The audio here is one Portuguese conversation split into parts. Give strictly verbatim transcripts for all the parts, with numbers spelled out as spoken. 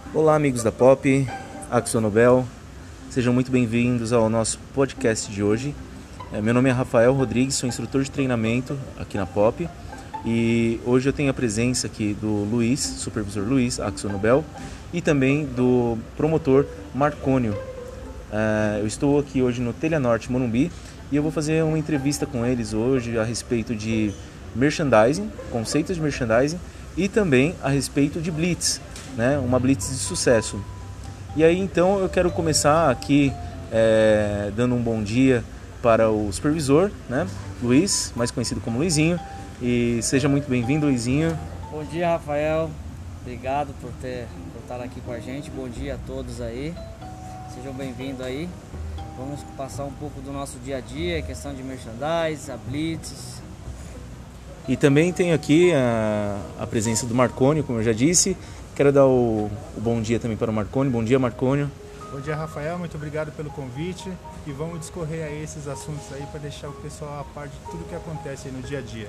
Olá, amigos da Pop, AkzoNobel, sejam muito bem-vindos ao nosso podcast de hoje. Meu nome é Rafael Rodrigues, sou instrutor de treinamento aqui na Pop e hoje eu tenho a presença aqui do Luiz, supervisor Luiz, AkzoNobel, e também do promotor Marcônio. Eu estou aqui hoje no Telha Norte, Morumbi, e eu vou fazer uma entrevista com eles hoje a respeito de merchandising, conceitos de merchandising e também a respeito de Blitz, né? Uma Blitz de sucesso. E aí então eu quero começar aqui é, dando um bom dia para o supervisor, né? Luiz, mais conhecido como Luizinho, e seja muito bem-vindo, Luizinho. Bom dia, Rafael, obrigado por, ter, por estar aqui com a gente, bom dia a todos aí, sejam bem-vindos aí. Vamos passar um pouco do nosso dia a dia, questão de merchandise, a Blitz. E também tenho aqui a, a presença do Marcônio, como eu já disse. Quero dar o, o bom dia também para o Marcônio. Bom dia, Marcônio. Bom dia, Rafael. Muito obrigado pelo convite. E vamos discorrer aí esses assuntos aí para deixar o pessoal a par de tudo que acontece aí no dia a dia.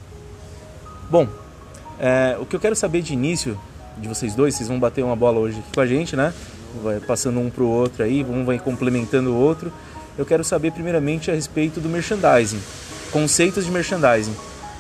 Bom, é, o que eu quero saber de início de vocês dois, vocês vão bater uma bola hoje aqui com a gente, né? Vai passando um para o outro aí, um vai complementando o outro. Eu quero saber primeiramente a respeito do merchandising, conceitos de merchandising.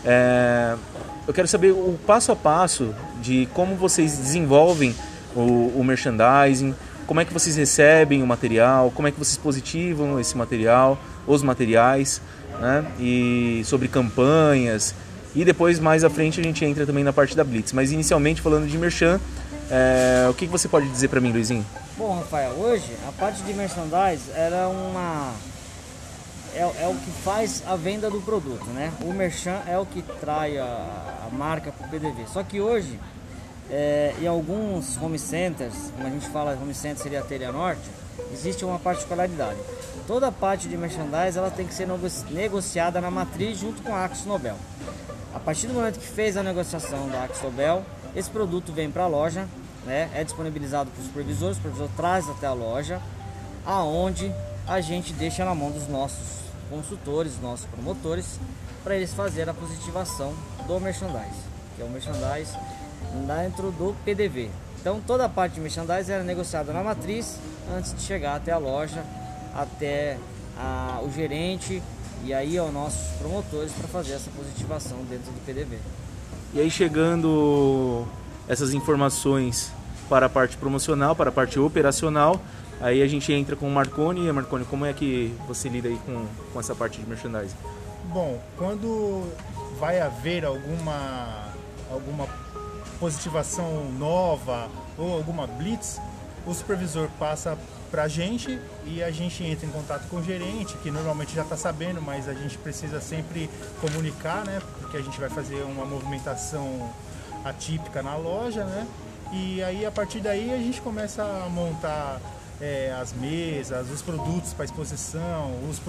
É, eu quero saber o passo a passo de como vocês desenvolvem o, o merchandising, como é que vocês recebem o material, como é que vocês positivam esse material, os materiais, né? E sobre campanhas, e depois mais à frente a gente entra também na parte da Blitz. Mas inicialmente falando de merchan, é, o que você pode dizer para mim, Luizinho? Bom, Rafael, hoje a parte de merchandise era uma... É, é o que faz a venda do produto, né? O merchan é o que trai a, a marca para o P D V. Só que hoje, é, em alguns home centers, como a gente fala, home center seria a Telha Norte, existe uma particularidade. Toda a parte de merchandise ela tem que ser negociada na matriz junto com a AkzoNobel. A partir do momento que fez a negociação da AkzoNobel, esse produto vem para a loja, né? É disponibilizado para os supervisores, o supervisor traz até a loja, aonde a gente deixa na mão dos nossos consultores, nossos promotores, para eles fazerem a positivação do merchandise, que é o merchandise dentro do P D V. Então toda a parte de merchandise era negociada na matriz antes de chegar até a loja, até a, o gerente e aí aos nossos promotores para fazer essa positivação dentro do P D V. E aí chegando essas informações para a parte promocional, para a parte operacional, aí a gente entra com o Marcônio. E Marcônio, como é que você lida aí com, com essa parte de merchandising? Bom, quando vai haver alguma, alguma positivação nova ou alguma blitz, o supervisor passa para a gente e a gente entra em contato com o gerente, que normalmente já está sabendo, mas a gente precisa sempre comunicar, né? Porque a gente vai fazer uma movimentação atípica na loja, né? E aí a partir daí a gente começa a montar É, as mesas, os produtos para exposição, os,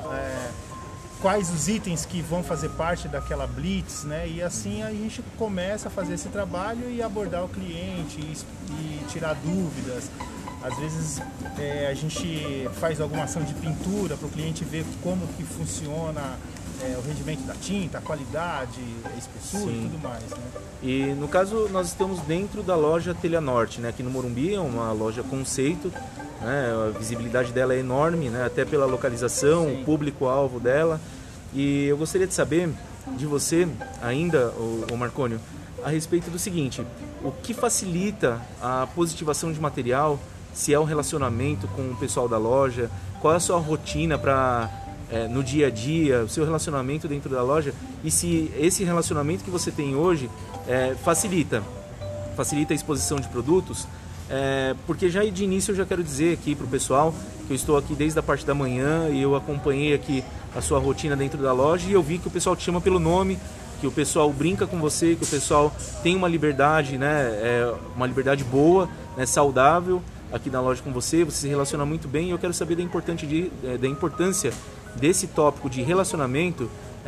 é, quais os itens que vão fazer parte daquela blitz, né? E assim a gente começa a fazer esse trabalho e abordar o cliente e, e tirar dúvidas. Às vezes é, a gente faz alguma ação de pintura para o cliente ver como que funciona é, o rendimento da tinta, a qualidade, a espessura Sim. e tudo mais, né? E no caso nós estamos dentro da loja Telha Norte, né? Aqui no Morumbi, é uma loja conceito, né? A visibilidade dela é enorme, né? Até pela localização, Sim. o público-alvo dela. E eu gostaria de saber de você ainda, o, o Marcônio, a respeito do seguinte: o que facilita a positivação de material, se é o relacionamento com o pessoal da loja, qual é a sua rotina para É, no dia a dia, o seu relacionamento dentro da loja, e se esse relacionamento que você tem hoje é, facilita, facilita a exposição de produtos, é, porque já de início eu já quero dizer aqui para o pessoal que eu estou aqui desde a parte da manhã e eu acompanhei aqui a sua rotina dentro da loja e eu vi que o pessoal te chama pelo nome, que o pessoal brinca com você, que o pessoal tem uma liberdade, né, é, uma liberdade boa, né, saudável aqui na loja com você, você se relaciona muito bem e eu quero saber da, importante de, da importância desse tópico de relacionamento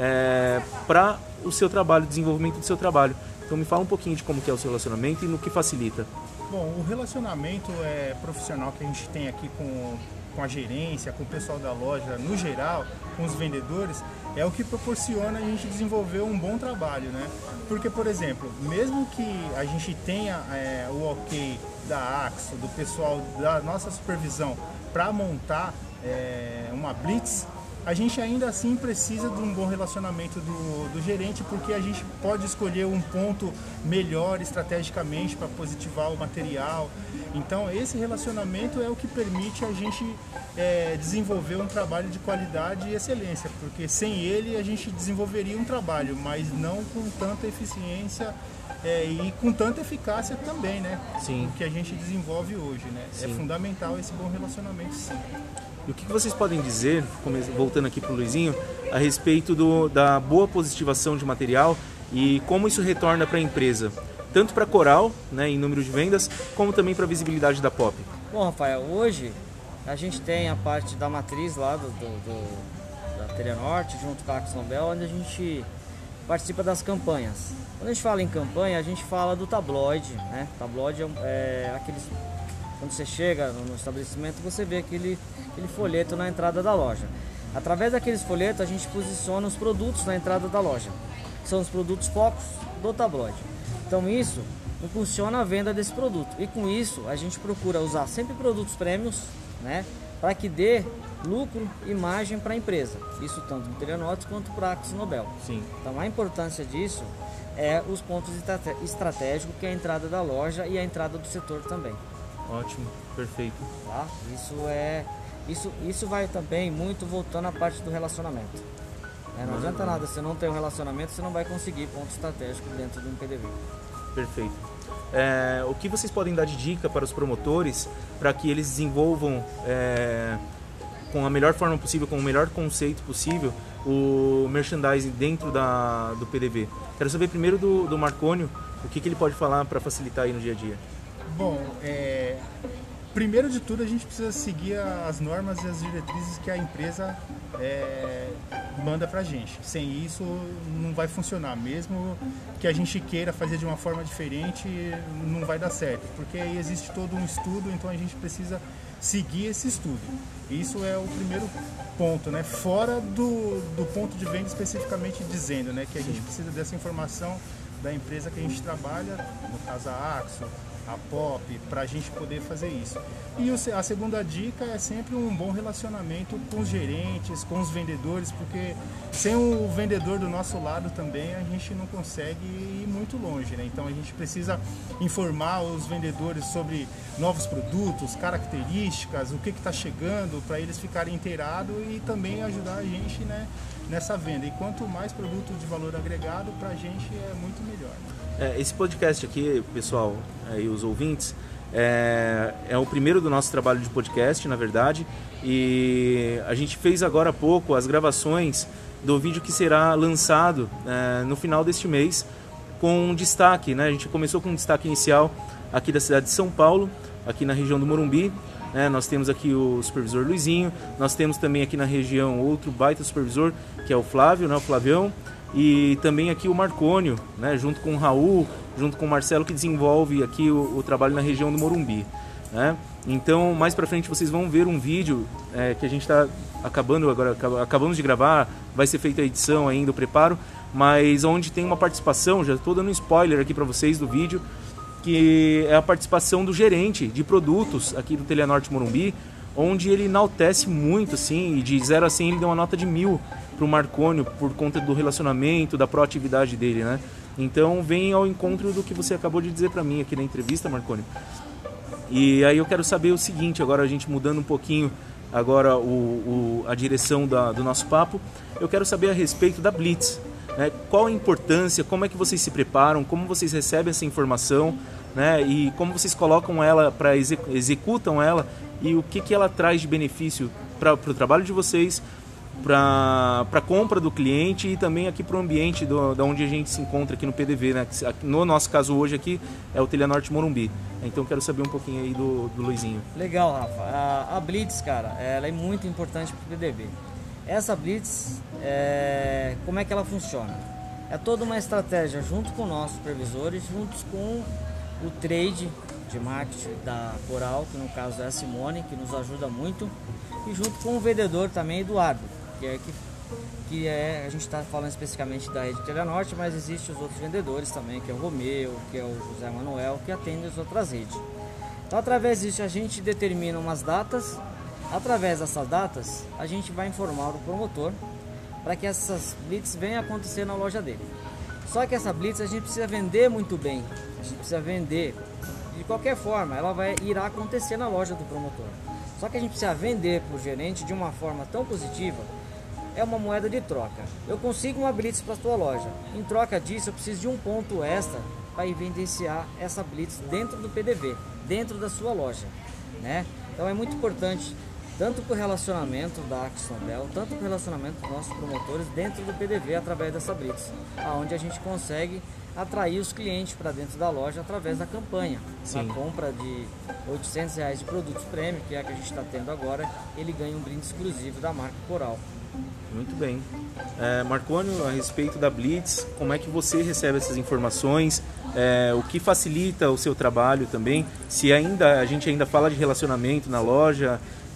é, para o seu trabalho, desenvolvimento do seu trabalho. Então me fala um pouquinho de como que é o seu relacionamento e no que facilita. Bom, o relacionamento é, profissional que a gente tem aqui com, com a gerência, com o pessoal da loja, no geral, com os vendedores, é o que proporciona a gente desenvolver um bom trabalho, né? Porque, por exemplo, mesmo que a gente tenha é, o ok da Axo, do pessoal da nossa supervisão para montar é, uma blitz, a gente ainda assim precisa de um bom relacionamento do, do gerente, porque a gente pode escolher um ponto melhor estrategicamente para positivar o material. Então esse relacionamento é o que permite a gente é, desenvolver um trabalho de qualidade e excelência, porque sem ele a gente desenvolveria um trabalho, mas não com tanta eficiência é, e com tanta eficácia também, né? Sim. O que a gente desenvolve hoje, né? Sim. É fundamental esse bom relacionamento, sim. E o que vocês podem dizer, voltando aqui para o Luizinho, a respeito do, da boa positivação de material e como isso retorna para a empresa? Tanto para a Coral, né, em número de vendas, como também para a visibilidade da Pop. Bom, Rafael, hoje a gente tem a parte da matriz lá do, do, do, da Telenorte, junto com a Axo Nobel, onde a gente participa das campanhas. Quando a gente fala em campanha, a gente fala do tabloide, né? Tabloide é, é aqueles... Quando você chega no estabelecimento, você vê aquele, aquele folheto na entrada da loja. Através daqueles folhetos, a gente posiciona os produtos na entrada da loja. São os produtos focos do tabloide. Então isso impulsiona a venda desse produto. E com isso, a gente procura usar sempre produtos prêmios, né, para que dê lucro e margem para a empresa. Isso tanto no Telenorte quanto para a Axo Nobel. Sim. Então a importância disso é os pontos estratégicos, que é a entrada da loja e a entrada do setor também. Ótimo, perfeito. Tá? Isso é, isso, isso vai também muito voltando à parte do relacionamento. Né? Não adianta nada, se não tem um relacionamento, você não vai conseguir ponto estratégico dentro de um P D V. Perfeito. É, o que vocês podem dar de dica para os promotores para que eles desenvolvam é, com a melhor forma possível, com o melhor conceito possível, o merchandising dentro da, do P D V? Quero saber primeiro do, do Marcônio, o que, que ele pode falar para facilitar aí no dia a dia. Bom, é, primeiro de tudo a gente precisa seguir as normas e as diretrizes que a empresa é, manda pra gente. Sem isso não vai funcionar, mesmo que a gente queira fazer de uma forma diferente, não vai dar certo, porque aí existe todo um estudo, então a gente precisa seguir esse estudo. Isso é o primeiro ponto, né? Fora do, do ponto de venda especificamente dizendo, né, que a gente precisa dessa informação da empresa que a gente trabalha, no caso a Axo, a Pop, para a gente poder fazer isso. E a segunda dica é sempre um bom relacionamento com os gerentes, com os vendedores, porque sem o vendedor do nosso lado também a gente não consegue ir muito longe, né? Então a gente precisa informar os vendedores sobre novos produtos, características, o que está chegando, para eles ficarem inteirados e também ajudar a gente, né, nessa venda. E quanto mais produto de valor agregado, para a gente é muito melhor. É, esse podcast aqui, pessoal, e os ouvintes, é, é o primeiro do nosso trabalho de podcast, na verdade, e a gente fez agora há pouco as gravações do vídeo que será lançado é, no final deste mês, com um destaque, né? A gente começou com um destaque inicial aqui da cidade de São Paulo, aqui na região do Morumbi, né? Nós temos aqui o supervisor Luizinho, nós temos também aqui na região outro baita supervisor, que é o Flávio, né? O Flavião, e também aqui o Marcônio, né, junto com o Raul, junto com o Marcelo, que desenvolve aqui o, o trabalho na região do Morumbi, né? Então, mais pra frente vocês vão ver um vídeo é, que a gente está acabando agora, acabamos de gravar, vai ser feita a edição ainda, o preparo, mas onde tem uma participação, já estou dando um spoiler aqui para vocês do vídeo, que é a participação do gerente de produtos aqui do Telenorte Morumbi, onde ele enaltece muito, assim, e de zero a cem ele deu uma nota de mil para o Marcônio por conta do relacionamento, da proatividade dele, né? Então vem ao encontro do que você acabou de dizer para mim aqui na entrevista, Marcônio. E aí eu quero saber o seguinte, agora a gente mudando um pouquinho agora o, o, a direção da, do nosso papo, eu quero saber a respeito da Blitz, né? Qual a importância, como é que vocês se preparam, como vocês recebem essa informação, né? E como vocês colocam ela, para executam ela, e o que, que ela traz de benefício para o trabalho de vocês, para a compra do cliente e também aqui para o ambiente do, da onde a gente se encontra aqui no P D V, né? No nosso caso hoje aqui é o Telenorte Morumbi. Então quero saber um pouquinho aí do, do Luizinho. Legal, Rafa. A, a Blitz, cara, ela é muito importante para o P D V. Essa Blitz, é, como é que ela funciona? É toda uma estratégia junto com nossos supervisores, juntos com o trade de marketing da Coral, que no caso é a Simone, que nos ajuda muito, e junto com o vendedor também, Eduardo, que é que, que é, a gente está falando especificamente da rede Telenorte, mas existem os outros vendedores também, que é o Romeu, que é o José Manuel, que atendem as outras redes. Então, através disso, a gente determina umas datas, através dessas datas, a gente vai informar o promotor para que essas blitz venham acontecer na loja dele. Só que essa blitz a gente precisa vender muito bem, a gente precisa vender de qualquer forma, ela vai irá acontecer na loja do promotor. Só que a gente precisa vender para o gerente de uma forma tão positiva, é uma moeda de troca. Eu consigo uma blitz para a sua loja, em troca disso eu preciso de um ponto extra para evidenciar essa blitz dentro do P D V, dentro da sua loja, né? Então é muito importante, tanto para o relacionamento da AkzoNobel, tanto para o relacionamento dos nossos promotores dentro do P D V através dessa blitz, aonde a gente consegue atrair os clientes para dentro da loja através da campanha. Sim. Na compra de oitocentos reais de produtos prêmio, que é a que a gente está tendo agora, ele ganha um brinde exclusivo da marca Coral. Muito bem. É, Marcônio, a respeito da Blitz, como é que você recebe essas informações? É, o que facilita o seu trabalho também? Se ainda a gente ainda fala de relacionamento na loja,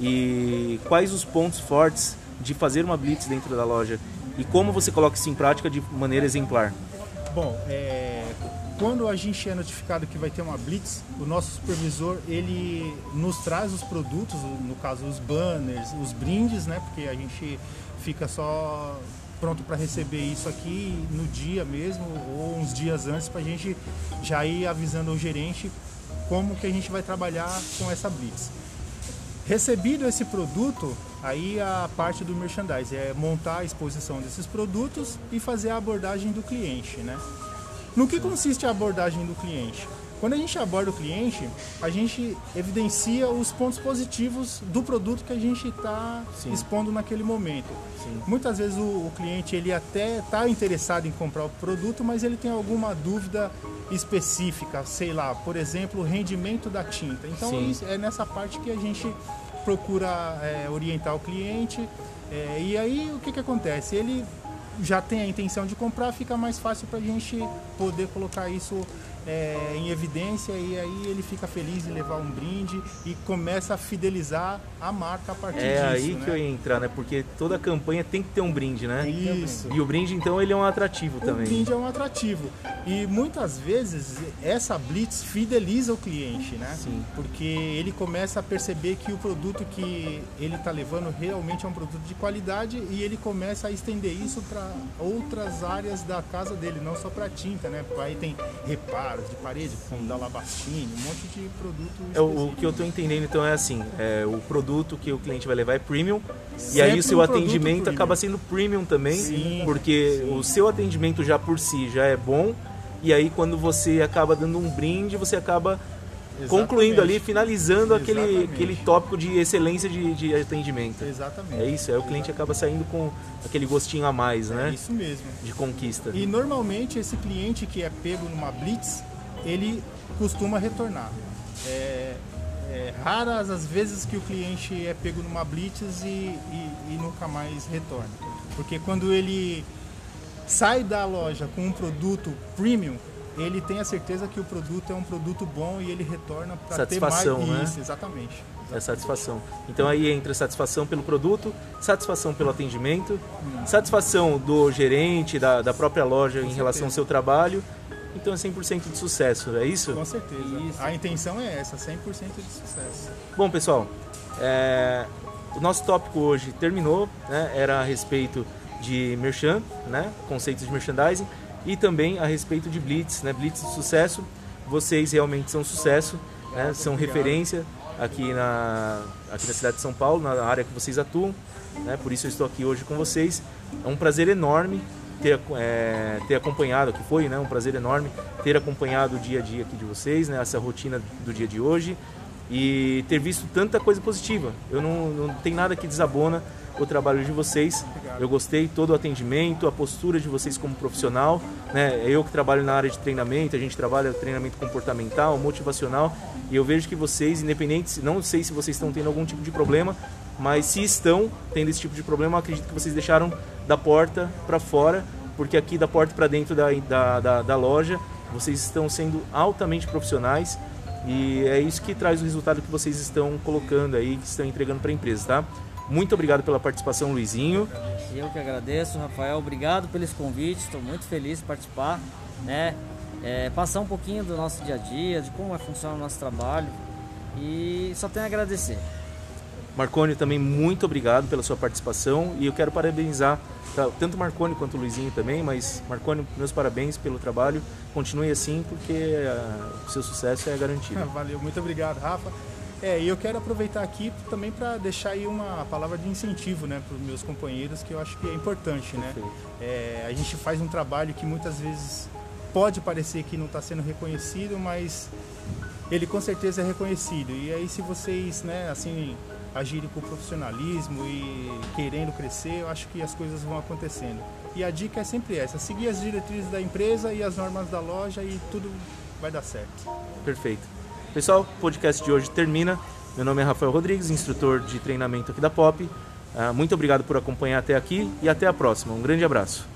e quais os pontos fortes de fazer uma Blitz dentro da loja? E como você coloca isso em prática de maneira exemplar? Bom, é, quando a gente é notificado que vai ter uma Blitz, o nosso supervisor ele nos traz os produtos, no caso os banners, os brindes, né? Porque a gente fica só pronto para receber isso aqui no dia mesmo ou uns dias antes, para a gente já ir avisando ao gerente como que a gente vai trabalhar com essa Blitz. Recebido esse produto, aí a parte do merchandising é montar a exposição desses produtos e fazer a abordagem do cliente, né? No que consiste a abordagem do cliente? Quando a gente aborda o cliente, a gente evidencia os pontos positivos do produto que a gente está expondo naquele momento. Sim. Muitas vezes o, o cliente ele até está interessado em comprar o produto, mas ele tem alguma dúvida específica, sei lá, por exemplo, o rendimento da tinta. Então isso, é nessa parte que a gente procura é, orientar o cliente. É, e aí o que, que acontece? Ele já tem a intenção de comprar, fica mais fácil para a gente poder colocar isso é, em evidência, e aí ele fica feliz em levar um brinde e começa a fidelizar a marca a partir é disso. É aí né? que eu ia entrar, né? Porque toda campanha tem que ter um brinde, né? Isso. E o brinde, então, ele é um atrativo o também. O brinde é um atrativo. E muitas vezes essa Blitz fideliza o cliente, né? Sim. Porque ele começa a perceber que o produto que ele está levando realmente é um produto de qualidade, e ele começa a estender isso para outras áreas da casa dele, não só para tinta, né? Aí tem reparos de parede, como da Labastine, um monte de produto é, o, o que eu estou entendendo, então, é assim, é, o produto que o cliente vai levar é premium, Sempre e aí o seu um atendimento premium. acaba sendo premium também, Sim, porque sim. o seu atendimento já por si já é bom, e aí quando você acaba dando um brinde, você acaba Exatamente. concluindo ali, finalizando aquele, aquele tópico de excelência de, de atendimento. Exatamente. É isso, aí o cliente acaba saindo com aquele gostinho a mais, né? É isso mesmo. De conquista. E normalmente esse cliente que é pego numa Blitz, ele costuma retornar. É, é raras as vezes que o cliente é pego numa Blitz e, e, e nunca mais retorna. Porque quando ele sai da loja com um produto premium, ele tem a certeza que o produto é um produto bom e ele retorna para ter mais né? isso, exatamente. É satisfação. Então aí entra satisfação pelo produto, satisfação pelo atendimento, hum. satisfação do gerente, da, da própria loja Com em certeza. relação ao seu trabalho. Então é cem por cento de sucesso, é isso? Com certeza. Isso. A intenção é essa, cem por cento de sucesso. Bom, pessoal, é, o nosso tópico hoje terminou, né? Era a respeito de merchan, né? Conceitos de merchandising, e também a respeito de Blitz, né? Blitz de sucesso. Vocês realmente são sucesso, né? São obrigado. referência aqui na, aqui na cidade de São Paulo, na área que vocês atuam, né? Por isso eu estou aqui hoje com vocês. É um prazer enorme ter, é, ter acompanhado, que foi, né? Um prazer enorme ter acompanhado o dia a dia aqui de vocês, né? Essa rotina do dia de hoje, e ter visto tanta coisa positiva. Eu não, não tem nada que desabona o trabalho de vocês. Obrigado. Eu gostei todo o atendimento, a postura de vocês como profissional, né? Eu que trabalho na área de treinamento, a gente trabalha treinamento comportamental, motivacional, e eu vejo que vocês, independentes, não sei se vocês estão tendo algum tipo de problema, mas se estão tendo esse tipo de problema, eu acredito que vocês deixaram da porta para fora, porque aqui da porta para dentro da, da, da, da loja vocês estão sendo altamente profissionais e é isso que traz o resultado que vocês estão colocando aí, que estão entregando para a empresa, tá? Muito obrigado pela participação, Luizinho. Eu que agradeço, Rafael. Obrigado pelo convite. Estou muito feliz de participar, né? É, passar um pouquinho do nosso dia a dia, de como funciona o nosso trabalho. E só tenho a agradecer. Marconi, também muito obrigado pela sua participação e eu quero parabenizar tá, tanto o Marconi quanto o Luizinho também, mas Marconi, meus parabéns pelo trabalho. Continue assim porque uh, o seu sucesso é garantido. Valeu, muito obrigado, Rafa. É, e eu quero aproveitar aqui também para deixar aí uma palavra de incentivo, né, para os meus companheiros, que eu acho que é importante, né? É, a gente faz um trabalho que muitas vezes pode parecer que não está sendo reconhecido, mas ele com certeza é reconhecido. E aí se vocês, né, assim, agirem com profissionalismo e querendo crescer, eu acho que as coisas vão acontecendo. E a dica é sempre essa, seguir as diretrizes da empresa e as normas da loja e tudo vai dar certo. Perfeito. Pessoal, o podcast de hoje termina. Meu nome é Rafael Rodrigues, instrutor de treinamento aqui da Pop. Muito obrigado por acompanhar até aqui e até a próxima. Um grande abraço.